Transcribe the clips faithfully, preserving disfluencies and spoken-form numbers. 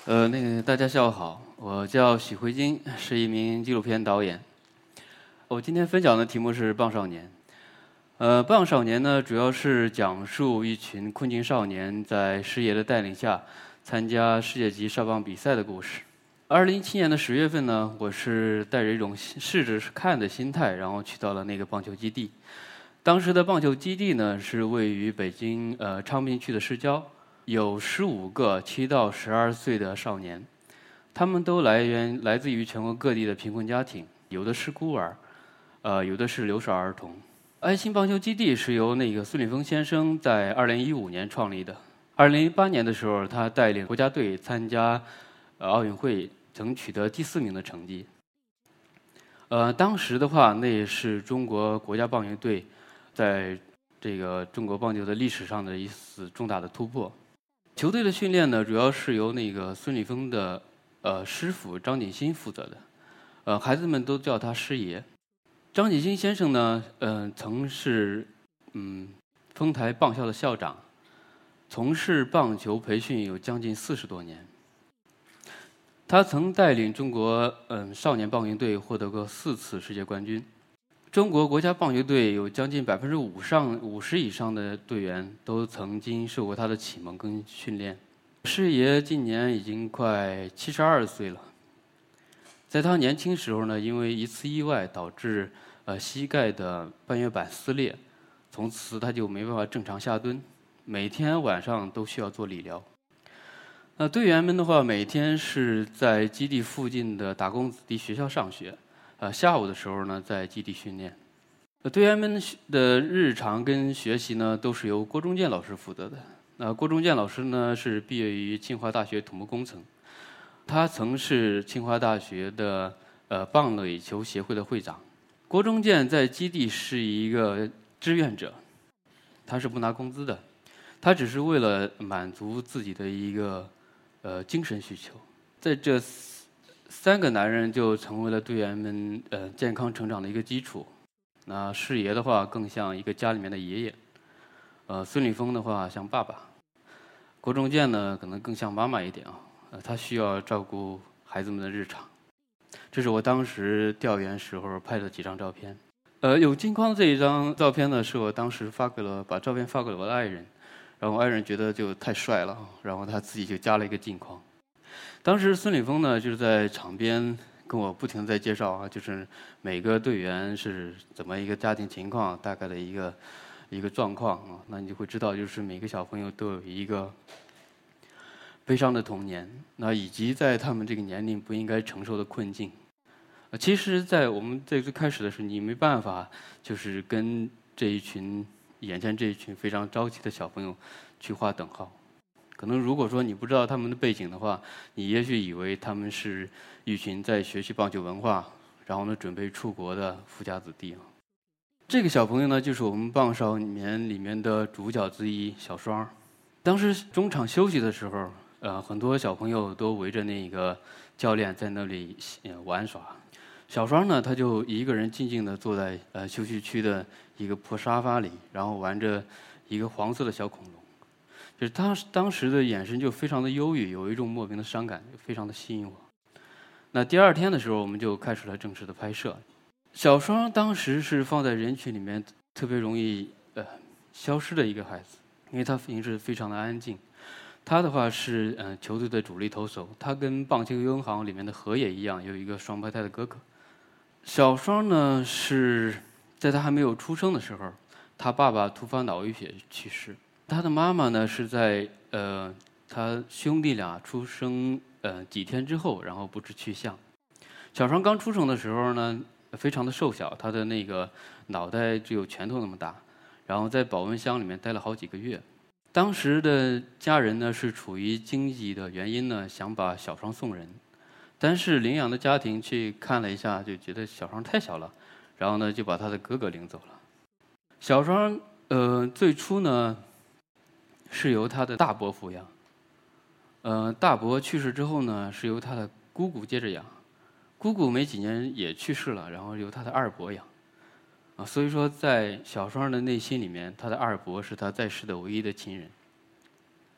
呃，那个大家下午好，我叫许辉金，是一名纪录片导演。我今天分享的题目是《棒少年》。呃，《棒少年》呢，主要是讲述一群困境少年在师爷的带领下参加世界级少棒比赛的故事。二零一七年的十月份呢，我是带着一种试着看的心态，然后去到了那个棒球基地。当时的棒球基地呢，是位于北京呃昌平区的市郊。有十五个七到十二岁的少年，他们都来源来自于全国各地的贫困家庭，有的是孤儿，呃，有的是留守儿童。爱心棒球基地是由那个孙立峰先生在二零一五年创立的。二零一八年的时候，他带领国家队参加呃奥运会，曾取得第四名的成绩。呃，当时的话，那也是中国国家棒球队在这个中国棒球的历史上的一次重大的突破。球队的训练呢，主要是由那个孙立峰的呃师傅张锦新负责的，呃，孩子们都叫他师爷。张锦新先生呢，呃，曾是嗯丰台棒校的校长，从事棒球培训有将近四十多年。他曾带领中国嗯、呃、少年棒球队获得过四次世界冠军。中国国家棒球队有将近百分之五上五十以上的队员都曾经受过他的启蒙跟训练。师爷今年已经快七十二岁了，在他年轻时候呢，因为一次意外导致呃膝盖的半月板撕裂，从此他就没办法正常下蹲，每天晚上都需要做理疗。那队员们的话，每天是在基地附近的打工子弟学校上学。呃，下午的时候呢，在基地训练。呃，队员们的日常跟学习呢，都是由郭中建老师负责的。那、呃、郭中建老师呢，是毕业于清华大学土木工程，他曾是清华大学的呃棒垒球协会的会长。郭中建在基地是一个志愿者，他是不拿工资的，他只是为了满足自己的一个呃精神需求。在这三个男人就成为了队员们呃健康成长的一个基础。那师爷的话更像一个家里面的爷爷，呃，孙立峰的话像爸爸，郭中建呢可能更像妈妈一点啊，呃，他需要照顾孩子们的日常。这是我当时调研时候拍的几张照片。呃，有金框这一张照片呢，是我当时发给了把照片发给了我的爱人，然后我爱人觉得就太帅了，然后他自己就加了一个镜框。当时孙立峰呢，就是在场边跟我不停地在介绍啊，就是每个队员是怎么一个家庭情况，大概的一个一个状况啊，那你就会知道，就是每个小朋友都有一个悲伤的童年，那以及在他们这个年龄不应该承受的困境。其实，在我们在最开始的时候，你没办法就是跟这一群眼前这一群非常着急的小朋友去划等号。可能如果说你不知道他们的背景的话，你也许以为他们是一群在学习棒球文化，然后呢准备出国的富家子弟啊。这个小朋友呢，就是我们棒少年里面的主角之一小双。当时中场休息的时候，呃，很多小朋友都围着那个教练在那里玩耍。小双呢，他就一个人静静地坐在呃休息区的一个破沙发里，然后玩着一个黄色的小恐龙。就是他当时的眼神就非常的忧郁，有一种莫名的伤感，非常的吸引我。那第二天的时候，我们就开始了正式的拍摄。小双当时是放在人群里面特别容易呃消失的一个孩子，因为他平时非常的安静。他的话是呃球队的主力投手，他跟棒球英行里面的河野一样，有一个双胞胎的哥哥。小双呢是在他还没有出生的时候，他爸爸突发脑溢血去世。他的妈妈呢是在呃他兄弟俩出生呃几天之后，然后不知去向。小双刚出生的时候呢，非常的瘦小，他的那个脑袋只有拳头那么大，然后在保温箱里面待了好几个月。当时的家人呢是处于经济的原因呢，想把小双送人，但是领养的家庭去看了一下，就觉得小双太小了，然后呢就把他的哥哥领走了。小双呃最初呢是由他的大伯抚养，呃，大伯去世之后呢，是由他的姑姑接着养，姑姑没几年也去世了，然后由他的二伯养，啊，所以说在小双的内心里面，他的二伯是他在世的唯一的亲人。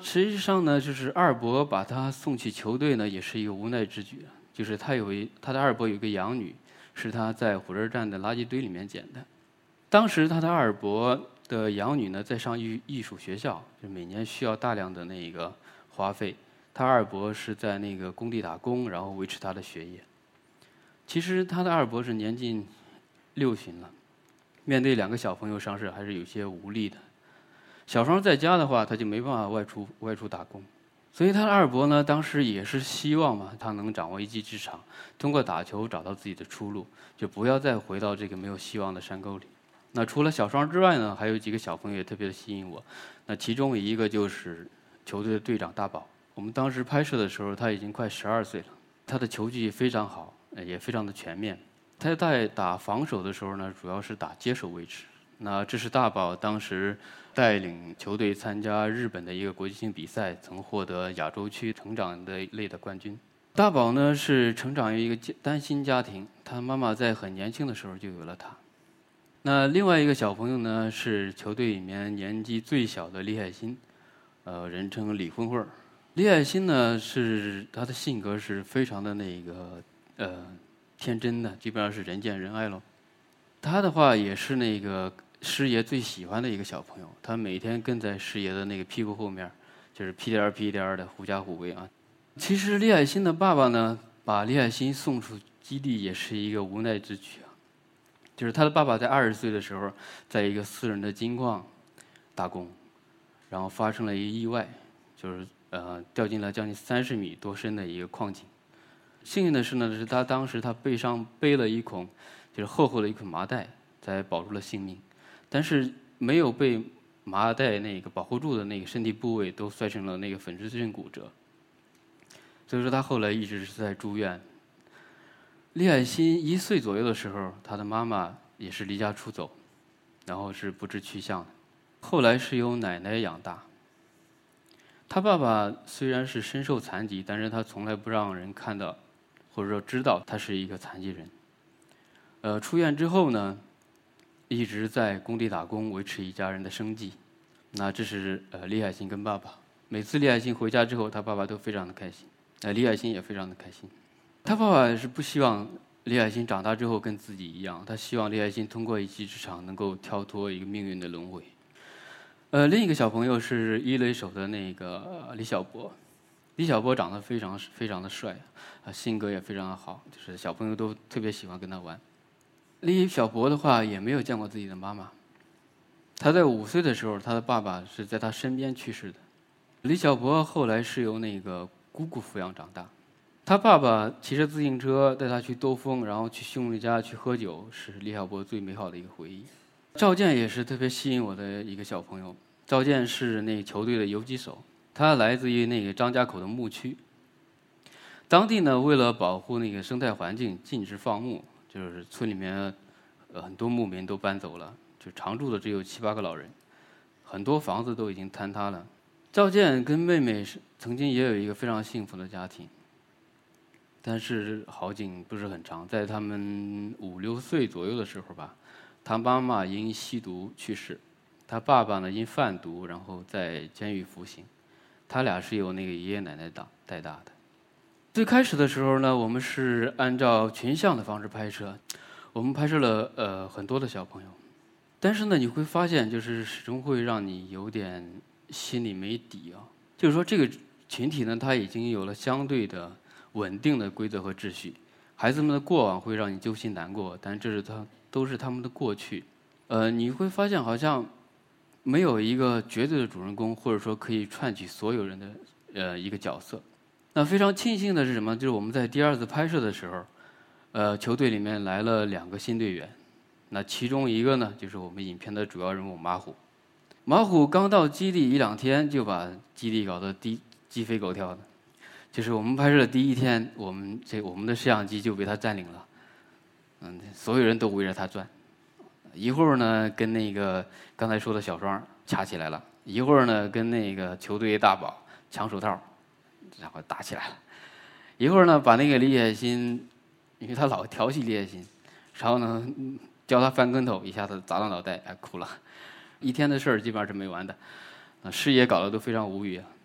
实际上呢，就是阿尔伯把他送去球队呢，也是一个无奈之举。就是他有一他的阿尔伯有一个养女，是他在火车站的垃圾堆里面捡的。当时他的阿尔伯的养女呢，在上艺艺术学校，就每年需要大量的那个花费。他阿尔伯是在那个工地打工，然后维持他的学业。其实他的阿尔伯是年近六旬了，面对两个小朋友上市，还是有些无力的。小双在家的话，他就没办法外出外出打工，所以他的阿尔伯呢，当时也是希望嘛，他能掌握一技之长，通过打球找到自己的出路，就不要再回到这个没有希望的山沟里。那除了小双之外呢，还有几个小朋友也特别的吸引我。那其中一个就是球队的队长大宝。我们当时拍摄的时候，他已经快十二岁了，他的球技非常好，也非常的全面。他在打防守的时候呢，主要是打接手位置。那这是大宝当时带领球队参加日本的一个国际性比赛，曾获得亚洲区成长的类的冠军。大宝呢是成长于一个单亲家庭，他妈妈在很年轻的时候就有了他。那另外一个小朋友呢是球队里面年纪最小的李海鑫，呃，人称李混混儿。李海鑫呢是他的性格是非常的那个呃天真的，基本上是人见人爱咯。他的话也是那个师爷最喜欢的一个小朋友，他每天跟在师爷的那个屁股后面，就是屁颠儿屁颠儿的狐假虎威啊。其实李海鑫的爸爸呢，把李海鑫送出基地也是一个无奈之举啊。就是他的爸爸在二十岁的时候，在一个私人的金矿打工，然后发生了一个意外，就是呃掉进了将近三十米多深的一个矿井。幸运的是呢，是他当时他背上背了一捆就是厚厚的一捆麻袋，才保住了性命。但是没有被麻袋那个保护住的那个身体部位都摔成了那个粉碎性骨折，所以说他后来一直是在住院。李海鑫一岁左右的时候，他的妈妈也是离家出走，然后是不知去向的。后来是由奶奶养大。他爸爸虽然是身受残疾，但是他从来不让人看到，或者说知道他是一个残疾人。呃，出院之后呢，一直在工地打工，维持一家人的生计。那这是呃李海鑫跟爸爸。每次李海鑫回家之后，他爸爸都非常的开心，呃，李海鑫也非常的开心。他爸爸是不希望李海鑫长大之后跟自己一样，他希望李海鑫通过一技之长能够跳脱一个命运的轮回。呃，另一个小朋友是一垒手的那个、呃、李小博。李小博长得非常非常的帅，啊，性格也非常的好，就是小朋友都特别喜欢跟他玩。李小博的话也没有见过自己的妈妈，他在五岁的时候，他的爸爸是在他身边去世的。李小博后来是由那个姑姑抚养长大。他爸爸骑着自行车带他去兜风，然后去兄弟家去喝酒，是李小博最美好的一个回忆。赵健也是特别吸引我的一个小朋友。赵健是那个球队的游击手，他来自于那个张家口的牧区。当地呢，为了保护那个生态环境，禁止放牧，就是村里面呃很多牧民都搬走了，就常住的只有七八个老人，很多房子都已经坍塌了。赵健跟妹妹是曾经也有一个非常幸福的家庭。但是好景不是很长，在他们五六岁左右的时候吧，他妈妈因吸毒去世，他爸爸呢因贩毒，然后在监狱服刑。他俩是由那个爷爷奶奶带带大的。最开始的时候呢，我们是按照群像的方式拍摄，我们拍摄了呃很多的小朋友，但是呢，你会发现就是始终会让你有点心里没底啊，就是说这个群体呢，他已经有了相对的稳定的规则和秩序，孩子们的过往会让你揪心难过，但这是他都是他们的过去。呃，你会发现好像没有一个绝对的主人公，或者说可以串起所有人的呃一个角色。那非常庆幸的是什么？就是我们在第二次拍摄的时候，呃，球队里面来了两个新队员，那其中一个呢，就是我们影片的主要人物马虎。马虎刚到基地一两天，就把基地搞得鸡鸡飞狗跳的。就是我们拍摄的第一天，我们这我们的摄像机就被他占领了，嗯，所有人都围着他转。一会儿呢，跟那个刚才说的小双掐起来了；一会儿呢，跟那个球队大宝抢手套，然后打起来了；一会儿呢，把那个李海鑫，因为他老调戏李海鑫，然后呢，教他翻跟头，一下子砸到脑袋，哎，哭了。一天的事儿基本上是没完的，啊，事业搞得都非常无语啊。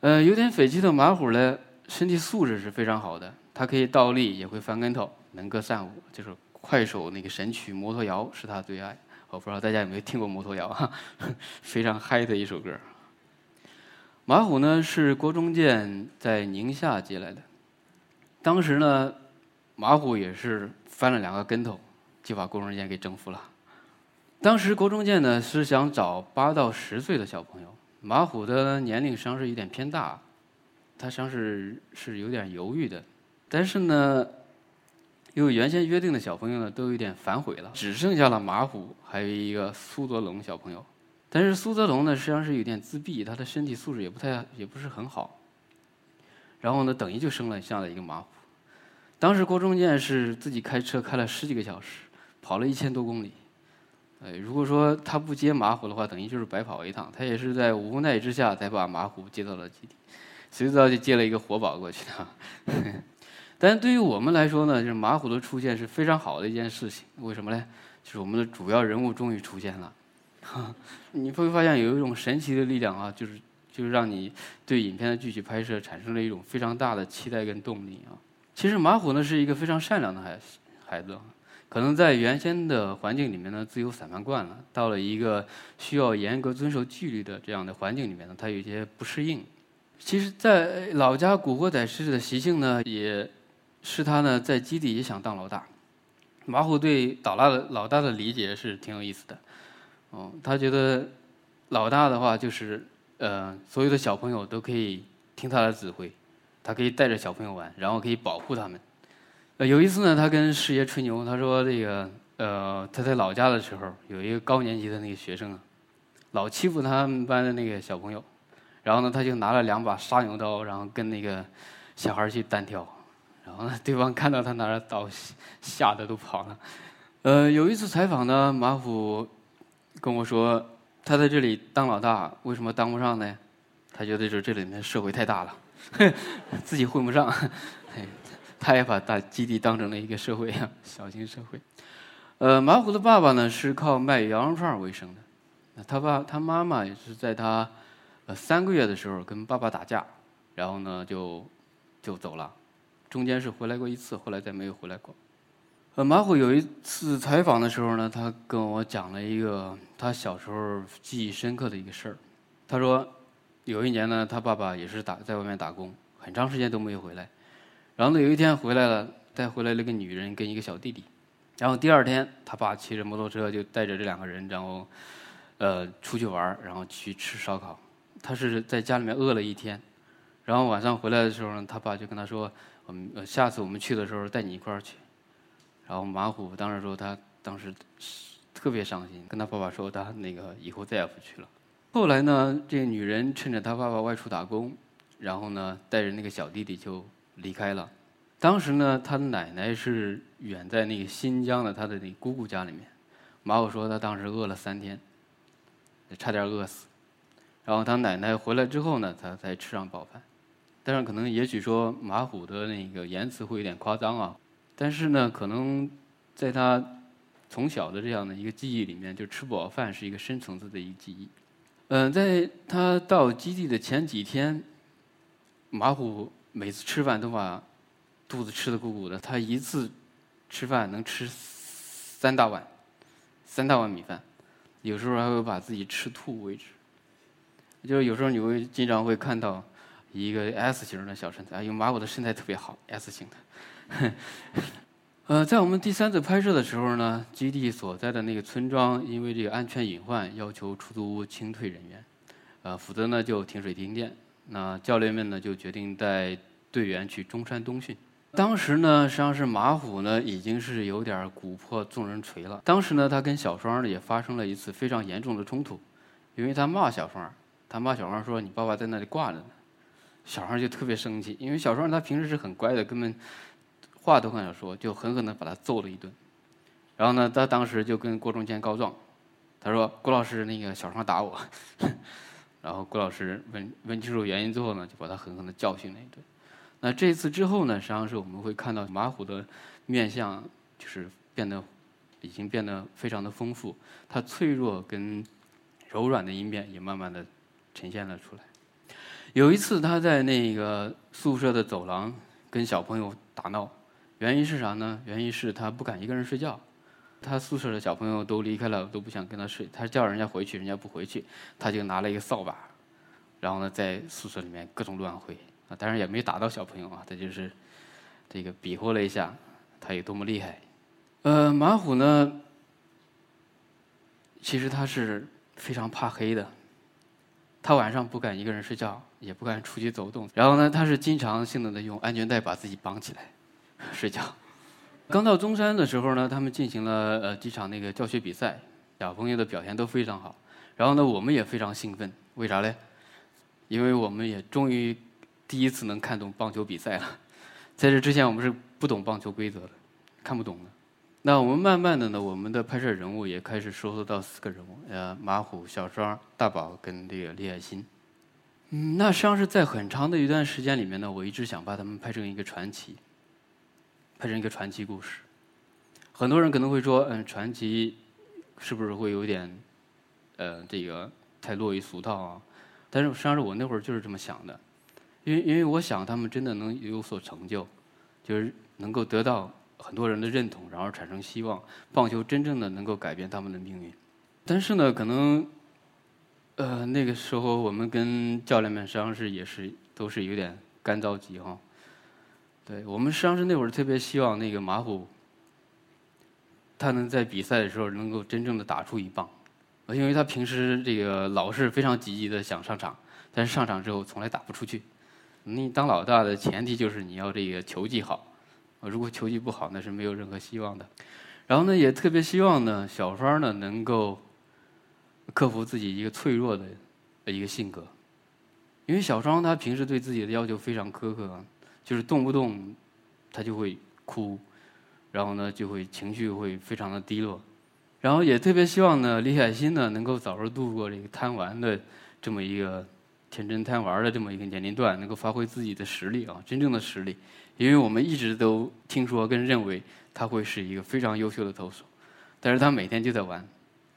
呃，有点匪气的马虎呢，身体素质是非常好的，他可以倒立，也会翻跟头，能歌善舞，就是快手那个神曲《摩托摇》是他最爱。我不知道大家有没有听过《摩托摇》哈，非常嗨的一首歌。马虎呢是郭中建在宁夏接来的，当时呢，马虎也是翻了两个跟头，就把郭中建给征服了。当时郭中建呢是想找八到十岁的小朋友，马虎的年龄实际上是有点偏大，他实际上是是有点犹豫的，但是呢，因为原先约定的小朋友呢都有点反悔了，只剩下了马虎还有一个苏泽龙小朋友。但是苏泽龙呢实际上是有点自闭，他的身体素质也不太也不是很好。然后呢，等于就生了下了一个马虎。当时郭中建是自己开车开了十几个小时，跑了一千多公里。呃，如果说他不接马虎的话，等于就是白跑一趟。他也是在无奈之下才把马虎接到了基地，谁知道就接了一个活宝过去的。但是对于我们来说呢，就是马虎的出现是非常好的一件事情。为什么呢？就是我们的主要人物终于出现了。你会发现有一种神奇的力量啊，就是就是让你对影片的具体拍摄产生了一种非常大的期待跟动力啊。其实马虎呢是一个非常善良的孩孩子，可能在原先的环境里面呢自由散漫惯了，到了一个需要严格遵守纪律的这样的环境里面呢，他有一些不适应。其实，在老家古惑仔式的习性呢，也是他呢在基地也想当老大。马虎对老大的老大的理解是挺有意思的。哦，他觉得老大的话就是，呃，所有的小朋友都可以听他的指挥，他可以带着小朋友玩，然后可以保护他们。呃，有一次呢，他跟师爷吹牛，他说这个，呃，他在老家的时候，有一个高年级的那个学生啊，老欺负他们班的那个小朋友，然后呢，他就拿了两把杀牛刀，然后跟那个小孩去单挑，然后呢，对方看到他拿着刀，吓得都跑了。呃，有一次采访呢，马虎跟我说，他在这里当老大，为什么当不上呢？他觉得就是这里面社会太大了，自己混不上。他也把大基地当成了一个社会啊，小型社会。呃，马虎的爸爸呢是靠卖羊肉串为生的，他爸他妈妈也是在他呃三个月的时候跟爸爸打架，然后呢就就走了，中间是回来过一次，后来再没有回来过。呃，马虎有一次采访的时候呢，他跟我讲了一个他小时候记忆深刻的一个事儿。他说，有一年呢，他爸爸也是打在外面打工，很长时间都没有回来。然后呢，有一天回来了，带回来了个女人跟一个小弟弟。然后第二天，他爸骑着摩托车就带着这两个人，然后呃出去玩，然后去吃烧烤。他是在家里面饿了一天，然后晚上回来的时候呢，他爸就跟他说：“我们、呃、下次我们去的时候带你一块儿去。”然后马虎当时说他当时特别伤心，跟他爸爸说他那个以后再也不去了。后来呢，这个女人趁着他爸爸外出打工，然后呢带着那个小弟弟就离开了。当时呢，他的奶奶是远在那个新疆的他的那个姑姑家里面。马虎说他当时饿了三天，差点饿死。然后他奶奶回来之后呢，他才吃上饱饭。但是可能也许说马虎的那个言辞会有点夸张啊，但是呢，可能在他从小的这样的一个记忆里面，就吃不饱饭是一个深层次的一个记忆。嗯、呃，在他到基地的前几天，马虎每次吃饭都把肚子吃得鼓鼓的，他一次吃饭能吃三大碗，三大碗米饭，有时候还会把自己吃吐为止。就是有时候你会经常会看到一个 S 型的小身材，因为马虎的身材特别好 ，S 型的。呃，在我们第三次拍摄的时候呢，基地所在的那个村庄因为这个安全隐患，要求出租屋清退人员，呃，否则呢就停水停电。那教练们呢就决定带队员去中山东训。当时呢，实际上是马虎呢已经是有点骨破纵人锤了。当时呢，他跟小双呢也发生了一次非常严重的冲突，因为他骂小双，他骂小双说：“你爸爸在那里挂着呢。”小双就特别生气，因为小双他平时是很乖的，根本话都很少说，就狠狠地把他揍了一顿。然后呢，他当时就跟郭中建告状，他说：“郭老师，那个小双打我。”然后郭老师问问清楚原因之后呢，就把他狠狠地教训了一顿。那这次之后呢，实际上是我们会看到马虎的面相就是变得已经变得非常的丰富，他脆弱跟柔软的一面也慢慢的呈现了出来。 有一次他在那个宿舍的走廊跟小朋友打闹，原因是啥呢？原因是他不敢一个人睡觉。他宿舍的小朋友都离开了，都不想跟他睡。他叫人家回去，人家不回去，他就拿了一个扫把，然后呢，在宿舍里面各种乱挥啊，当然也没打到小朋友啊，他就是这个比划了一下，他有多么厉害。呃，马虎呢，其实他是非常怕黑的，他晚上不敢一个人睡觉，也不敢出去走动。然后呢，他是经常性的用安全带把自己绑起来睡觉。刚到中山的时候呢，他们进行了呃几场那个教学比赛，小朋友的表现都非常好。然后呢，我们也非常兴奋，为啥嘞？因为我们也终于第一次能看懂棒球比赛了。在这之前，我们是不懂棒球规则的，看不懂的。那我们慢慢的呢，我们的拍摄人物也开始收缩到四个人物，呃，马虎、小双、大宝跟这个李海欣。嗯，那实际上是在很长的一段时间里面呢，我一直想把他们拍成一个传奇。拍成一个传奇故事，很多人可能会说，嗯，传奇是不是会有点，呃，这个太落于俗套啊？但是实际上是我那会儿就是这么想的，因为因为我想他们真的能有所成就，就是能够得到很多人的认同，然后产生希望，棒球真正的能够改变他们的命运。但是呢，可能，呃，那个时候我们跟教练们实际上是也是都是有点干着急哈。对，我们实际上是那会儿特别希望那个马虎，他能在比赛的时候能够真正的打出一棒，因为他平时这个老是非常积极的想上场，但是上场之后从来打不出去。你当老大的前提就是你要这个球技好，如果球技不好，那是没有任何希望的。然后呢，也特别希望呢，小双呢能够克服自己一个脆弱的一个性格，因为小双他平时对自己的要求非常苛刻。就是动不动他就会哭，然后呢就会情绪会非常的低落，然后也特别希望呢李海欣呢能够早日度过这个贪玩的这么一个天真贪玩的这么一个年龄段，能够发挥自己的实力啊，真正的实力。因为我们一直都听说跟认为他会是一个非常优秀的投手，但是他每天就在玩，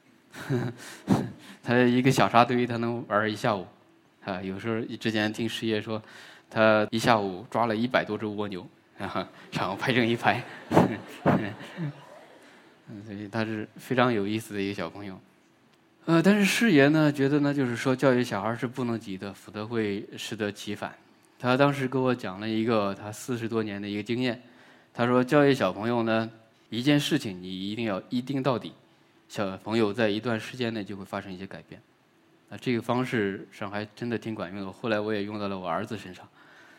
他一个小沙堆他能玩一下午啊，有时候之前听师爷说。他一下午抓了一百多只蜗牛，然后然后拍成一排，所以他是非常有意思的一个小朋友。呃，但是师爷呢觉得呢，就是说教育小孩是不能急的，否则会适得其反。他当时跟我讲了一个他四十多年的一个经验，他说教育小朋友呢，一件事情你一定要一盯到底，小朋友在一段时间内就会发生一些改变。啊，这个方式上还真的挺管用的。后来我也用到了我儿子身上，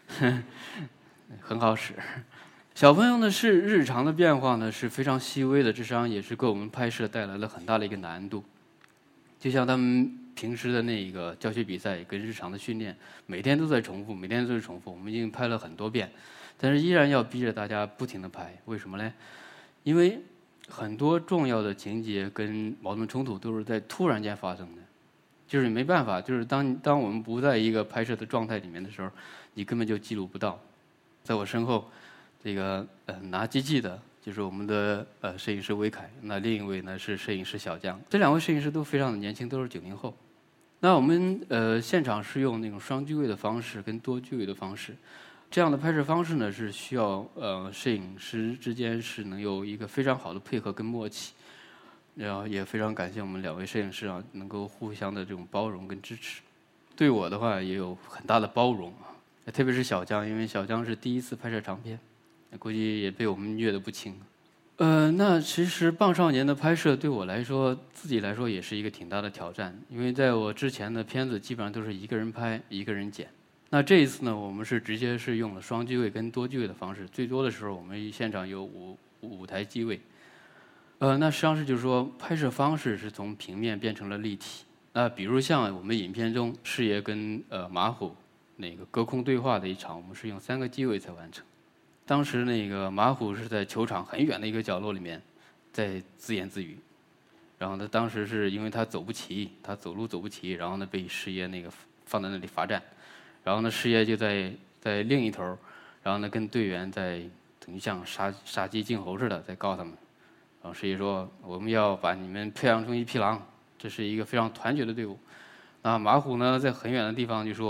很好使。小朋友呢是日常的变化呢是非常细微的，实际上也是给我们拍摄带来了很大的一个难度。就像他们平时的那个教学比赛跟日常的训练，每天都在重复，每天都在重复。我们已经拍了很多遍，但是依然要逼着大家不停地拍。为什么呢？因为很多重要的情节跟矛盾冲突都是在突然间发生的。就是没办法，就是当当我们不在一个拍摄的状态里面的时候，你根本就记录不到。在我身后，这个呃拿机器的就是我们的呃摄影师魏凯，那另一位呢是摄影师小江。这两位摄影师都非常的年轻，都是九零后。那我们呃现场是用那种双机位的方式跟多机位的方式，这样的拍摄方式呢是需要呃摄影师之间是能有一个非常好的配合跟默契。然后也非常感谢我们两位摄影师啊，能够互相的这种包容跟支持。对我的话也有很大的包容啊，特别是小江，因为小江是第一次拍摄长片，估计也被我们虐得不轻。呃，那其实《棒少年》的拍摄对我来说，自己来说也是一个挺大的挑战，因为在我之前的片子基本上都是一个人拍，一个人剪。那这一次呢，我们是直接是用了双机位跟多机位的方式，最多的时候我们现场有五五台机位。呃，那实际上是就是说，拍摄方式是从平面变成了立体。那比如像我们影片中师爷跟呃马虎那个隔空对话的一场，我们是用三个机位才完成。当时那个马虎是在球场很远的一个角落里面，在自言自语。然后他当时是因为他走不齐，他走路走不齐，然后呢被师爷那个放在那里罚站。然后呢师爷就在在另一头，然后呢跟队员在等于像杀杀鸡儆猴似的在告他们。然后师爷说：“我们要把你们培养成一匹狼，这是一个非常团结的队伍。”那马虎呢，在很远的地方就说：“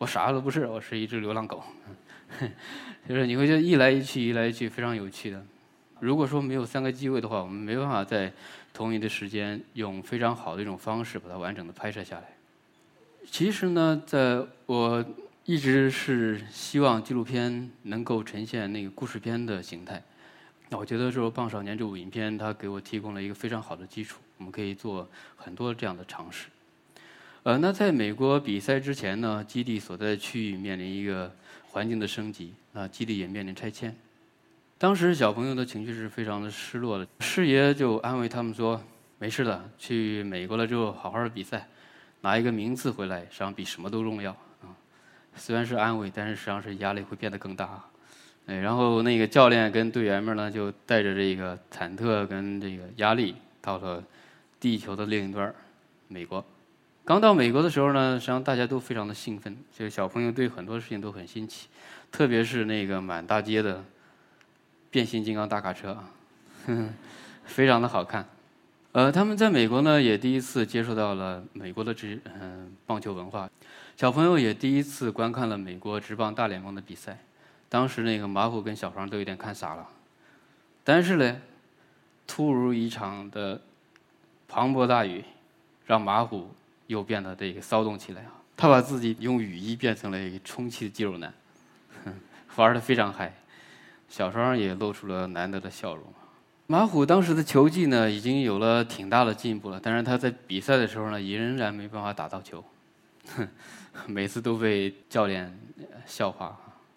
我啥都不是，我是一只流浪狗。就是你会觉得一来一去，一来一去，非常有趣的。如果说没有三个机位的话，我们没办法在同一的时间用非常好的一种方式把它完整的拍摄下来。其实呢，在我一直是希望纪录片能够呈现那个故事片的形态。那我觉得说《棒少年》这部影片，它给我提供了一个非常好的基础，我们可以做很多这样的尝试。呃，那在美国比赛之前呢，基地所在的区域面临一个环境的升级，啊，基地也面临拆迁。当时小朋友的情绪是非常的失落的，师爷就安慰他们说：“没事的，去美国了之后好好的比赛，拿一个名次回来，实际上比什么都重要。”啊，虽然是安慰，但是实际上是压力会变得更大。哎，然后那个教练跟队员们呢，就带着这个忐忑跟这个压力，到了地球的另一端，美国。刚到美国的时候呢，实际上大家都非常的兴奋，就是小朋友对很多事情都很新奇，特别是那个满大街的变形金刚大卡车，呵呵，非常的好看。呃，他们在美国呢，也第一次接触到了美国的职嗯、呃、棒球文化，小朋友也第一次观看了美国职棒大联盟的比赛。当时那个马虎跟小双都有点看傻了，但是呢，突如一场的磅礴大雨，让马虎又变得这个骚动起来啊！他把自己用雨衣变成了一个充气的肌肉男，玩得非常嗨。小双也露出了难得的笑容。马虎当时的球技呢，已经有了挺大的进步了，但是他在比赛的时候呢，也仍然没办法打到球，每次都被教练笑话。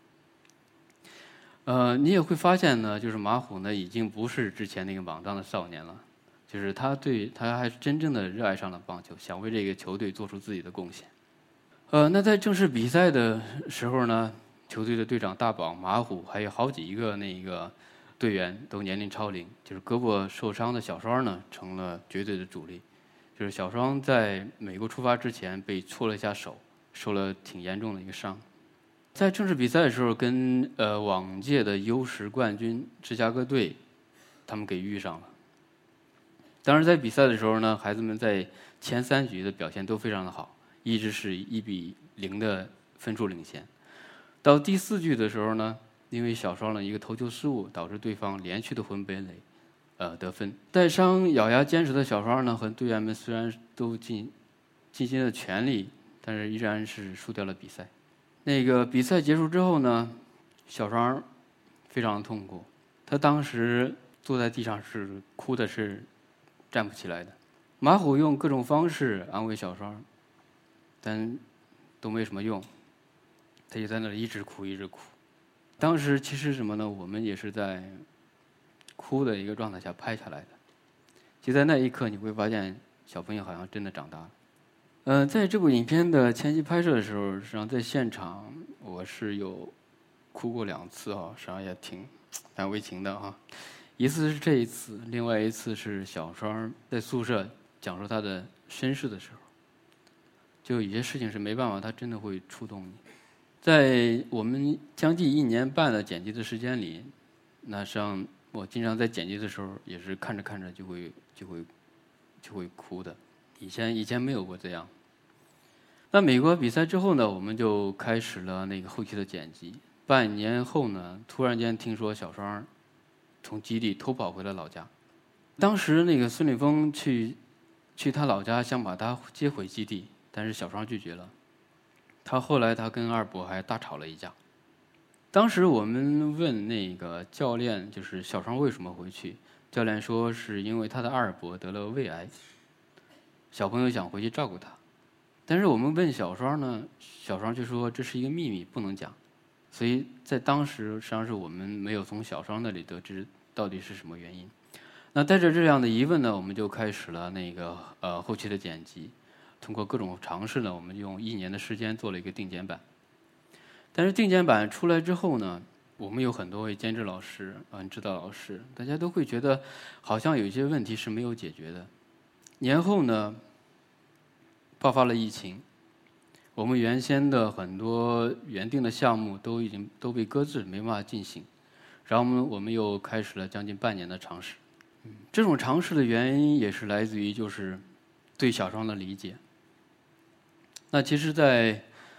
呃，你也会发现呢，就是马虎呢，已经不是之前那个莽撞的少年了，就是他对他还是真正的热爱上了棒球，想为这个球队做出自己的贡献。呃，那在正式比赛的时候呢，球队的队长大宝、马虎还有好几个那个队员都年龄超龄，就是胳膊受伤的小双呢，成了绝对的主力。就是小双在美国出发之前被挫了一下手，受了挺严重的一个伤。在正式比赛的时候，跟呃往届的优势冠军芝加哥队，他们给遇上了。当时在比赛的时候呢，孩子们在前三局的表现都非常的好，一直是一比零的分数领先。到第四局的时候呢，因为小双的一个投球失误，导致对方连续的混本垒，呃得分。带伤咬牙坚持的小双呢，和队员们虽然都尽尽心的全力，但是依然是输掉了比赛。那个比赛结束之后呢，小双非常痛苦，他当时坐在地上是哭的是站不起来的。马虎用各种方式安慰小双，但都没什么用，他就在那里一直哭一直哭。当时其实什么呢？我们也是在哭的一个状态下拍下来的。就在那一刻，你会发现小朋友好像真的长大了。嗯、呃，在这部影片的前期拍摄的时候，实际上在现场我是有哭过两次啊，实际上也挺难为情的啊。一次是这一次，另外一次是小双在宿舍讲述他的身世的时候，就有些事情是没办法，他真的会触动你。在我们将近一年半的剪辑的时间里，那实际上我经常在剪辑的时候也是看着看着就会就会就会哭的。以前以前没有过这样。那美国比赛之后呢，我们就开始了那个后期的剪辑。半年后呢，突然间听说小双从基地偷跑回了老家。当时那个孙立峰去去他老家，想把他接回基地，但是小双拒绝了。他后来他跟二伯还大吵了一架。当时我们问那个教练，就是小双为什么回去？教练说是因为他的二伯得了胃癌，小朋友想回去照顾他。但是我们问小双呢，小双就说这是一个秘密，不能讲。所以在当时，实际上是我们没有从小双那里得知到底是什么原因。那带着这样的疑问呢，我们就开始了那个呃后期的剪辑。通过各种尝试呢，我们用一年的时间做了一个定剪版。但是定剪版出来之后呢，我们有很多位监制老师、嗯指导老师，大家都会觉得好像有一些问题是没有解决的。年后呢，爆发了疫情，我们原先的很多原定的项目都已经都被搁置，没办法进行。然后我们我们又开始了将近半年的尝试。嗯，这种尝试的原因也是来自于就是对小双的理解。那其实在，在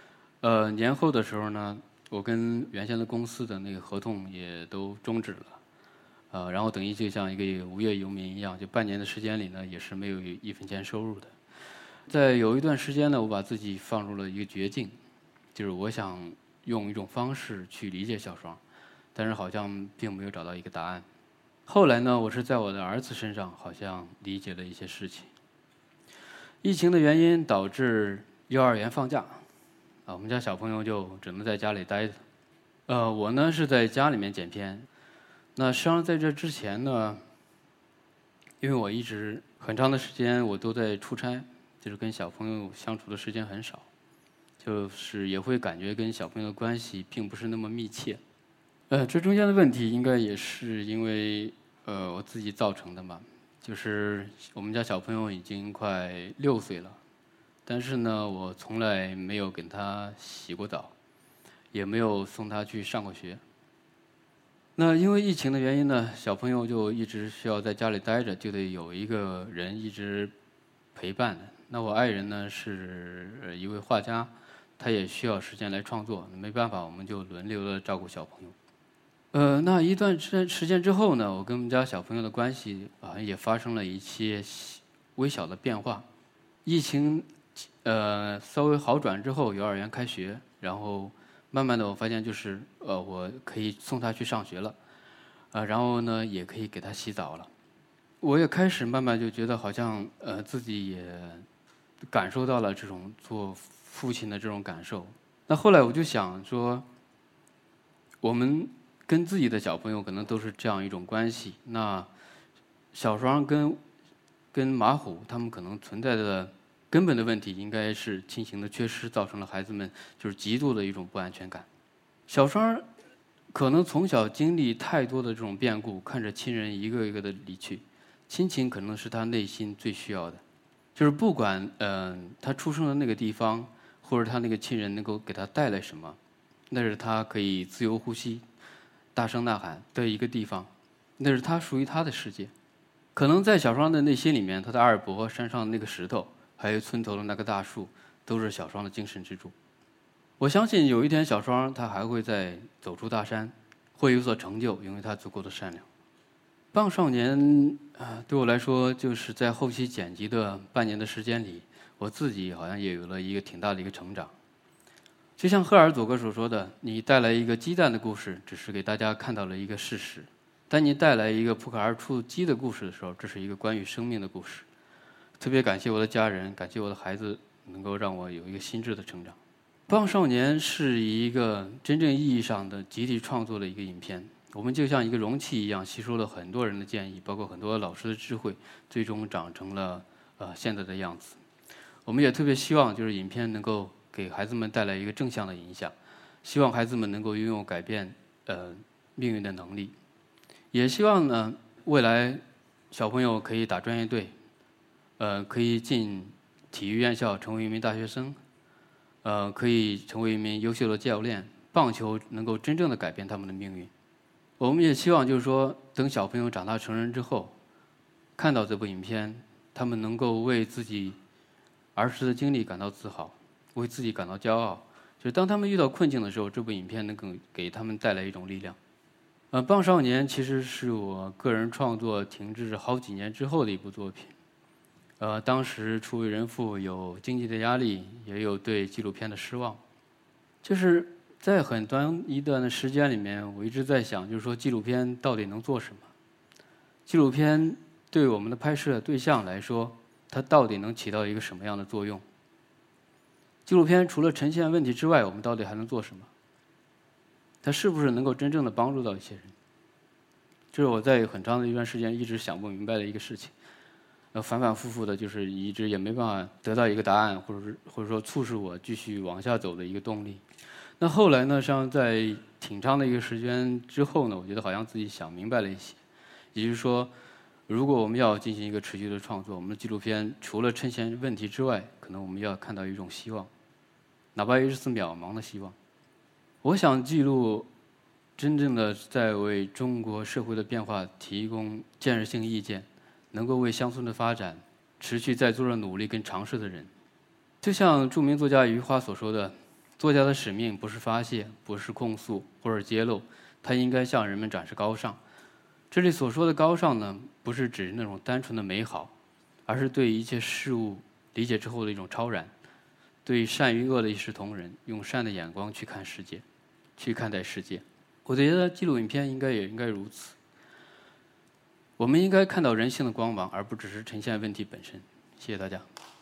呃，年后的时候呢，我跟原先的公司的那个合同也都终止了，呃，然后等于就像一个无业游民一样，就半年的时间里呢，也是没有一分钱收入的。在有一段时间呢，我把自己放入了一个绝境，就是我想用一种方式去理解小双，但是好像并没有找到一个答案。后来呢，我是在我的儿子身上好像理解了一些事情。疫情的原因导致幼儿园放假，啊，我们家小朋友就只能在家里待着。呃，我呢是在家里面剪片。那实际上在这之前呢，因为我一直很长的时间我都在出差，就是跟小朋友相处的时间很少，就是也会感觉跟小朋友的关系并不是那么密切。呃，这中间的问题应该也是因为呃我自己造成的嘛，就是我们家小朋友已经快六岁了，但是呢，我从来没有给他洗过澡，也没有送他去上过学。那因为疫情的原因呢，小朋友就一直需要在家里待着，就得有一个人一直陪伴。那我爱人呢是一位画家，他也需要时间来创作，没办法，我们就轮流的照顾小朋友。呃，那一段时时间之后呢，我跟我们家小朋友的关系啊也发生了一些微小的变化。疫情呃稍微好转之后，幼儿园开学，然后慢慢的我发现就是呃我可以送他去上学了，啊、然后呢也可以给他洗澡了。我也开始慢慢就觉得好像呃自己也感受到了这种做父亲的这种感受。那后来我就想说，我们跟自己的小朋友可能都是这样一种关系。那小双跟跟马虎他们可能存在的根本的问题，应该是亲情的缺失，造成了孩子们就是极度的一种不安全感。小双可能从小经历太多的这种变故，看着亲人一个一个的离去，亲情可能是他内心最需要的。就是不管嗯、呃、他出生的那个地方，或者他那个亲人能够给他带来什么，那是他可以自由呼吸、大声呐喊的一个地方，那是他属于他的世界。可能在小双的内心里面，他的阿尔伯山上的那个石头，还有村头的那个大树，都是小双的精神支柱。我相信有一天小双他还会再走出大山，会有所成就，因为他足够的善良。棒少年啊，对我来说，就是在后期剪辑的半年的时间里，我自己好像也有了一个挺大的一个成长。就像赫尔佐格所说的，你带来一个鸡蛋的故事，只是给大家看到了一个事实；当你带来一个破壳而出鸡的故事的时候，这是一个关于生命的故事。特别感谢我的家人，感谢我的孩子，能够让我有一个心智的成长。棒少年是一个真正意义上的集体创作的一个影片。我们就像一个容器一样，吸收了很多人的建议，包括很多老师的智慧，最终长成了呃现在的样子。我们也特别希望，就是影片能够给孩子们带来一个正向的影响，希望孩子们能够拥有改变呃命运的能力，也希望呢未来小朋友可以打专业队，呃可以进体育院校成为一名大学生，呃可以成为一名优秀的教练，棒球能够真正的改变他们的命运。我们也希望就是说，等小朋友长大成人之后，看到这部影片，他们能够为自己儿时的经历感到自豪，为自己感到骄傲。就是当他们遇到困境的时候，这部影片能够给他们带来一种力量。呃，棒少年其实是我个人创作停滞好几年之后的一部作品。呃，当时初为人父，有经济的压力，也有对纪录片的失望，就是在很短一段的时间里面，我一直在想，就是说纪录片到底能做什么？纪录片对我们的拍摄对象来说，它到底能起到一个什么样的作用？纪录片除了呈现问题之外，我们到底还能做什么？它是不是能够真正的帮助到一些人？这是我在很长的一段时间一直想不明白的一个事情。呃，反反复复的，就是一直也没办法得到一个答案，或者是或者说促使我继续往下走的一个动力。那后来呢，像在挺长的一个时间之后呢，我觉得好像自己想明白了一些，也就是说，如果我们要进行一个持续的创作，我们的纪录片除了呈现问题之外，可能我们要看到一种希望，哪怕也是渺茫的希望。我想记录真正的在为中国社会的变化提供建设性意见，能够为乡村的发展持续在做着努力跟尝试的人。就像著名作家余华所说的， 作家的使命不是发泄，不是控诉或者揭露，他应该向人们展示高尚。这里所说的高尚呢，不是指那种单纯的美好，而是对一切事物理解之后的一种超然，对善与恶的一视同仁，用善的眼光去看世界，去看待世界。我觉得纪录影片应该也应该如此。我们应该看到人性的光芒，而不只是呈现问题本身。谢谢大家。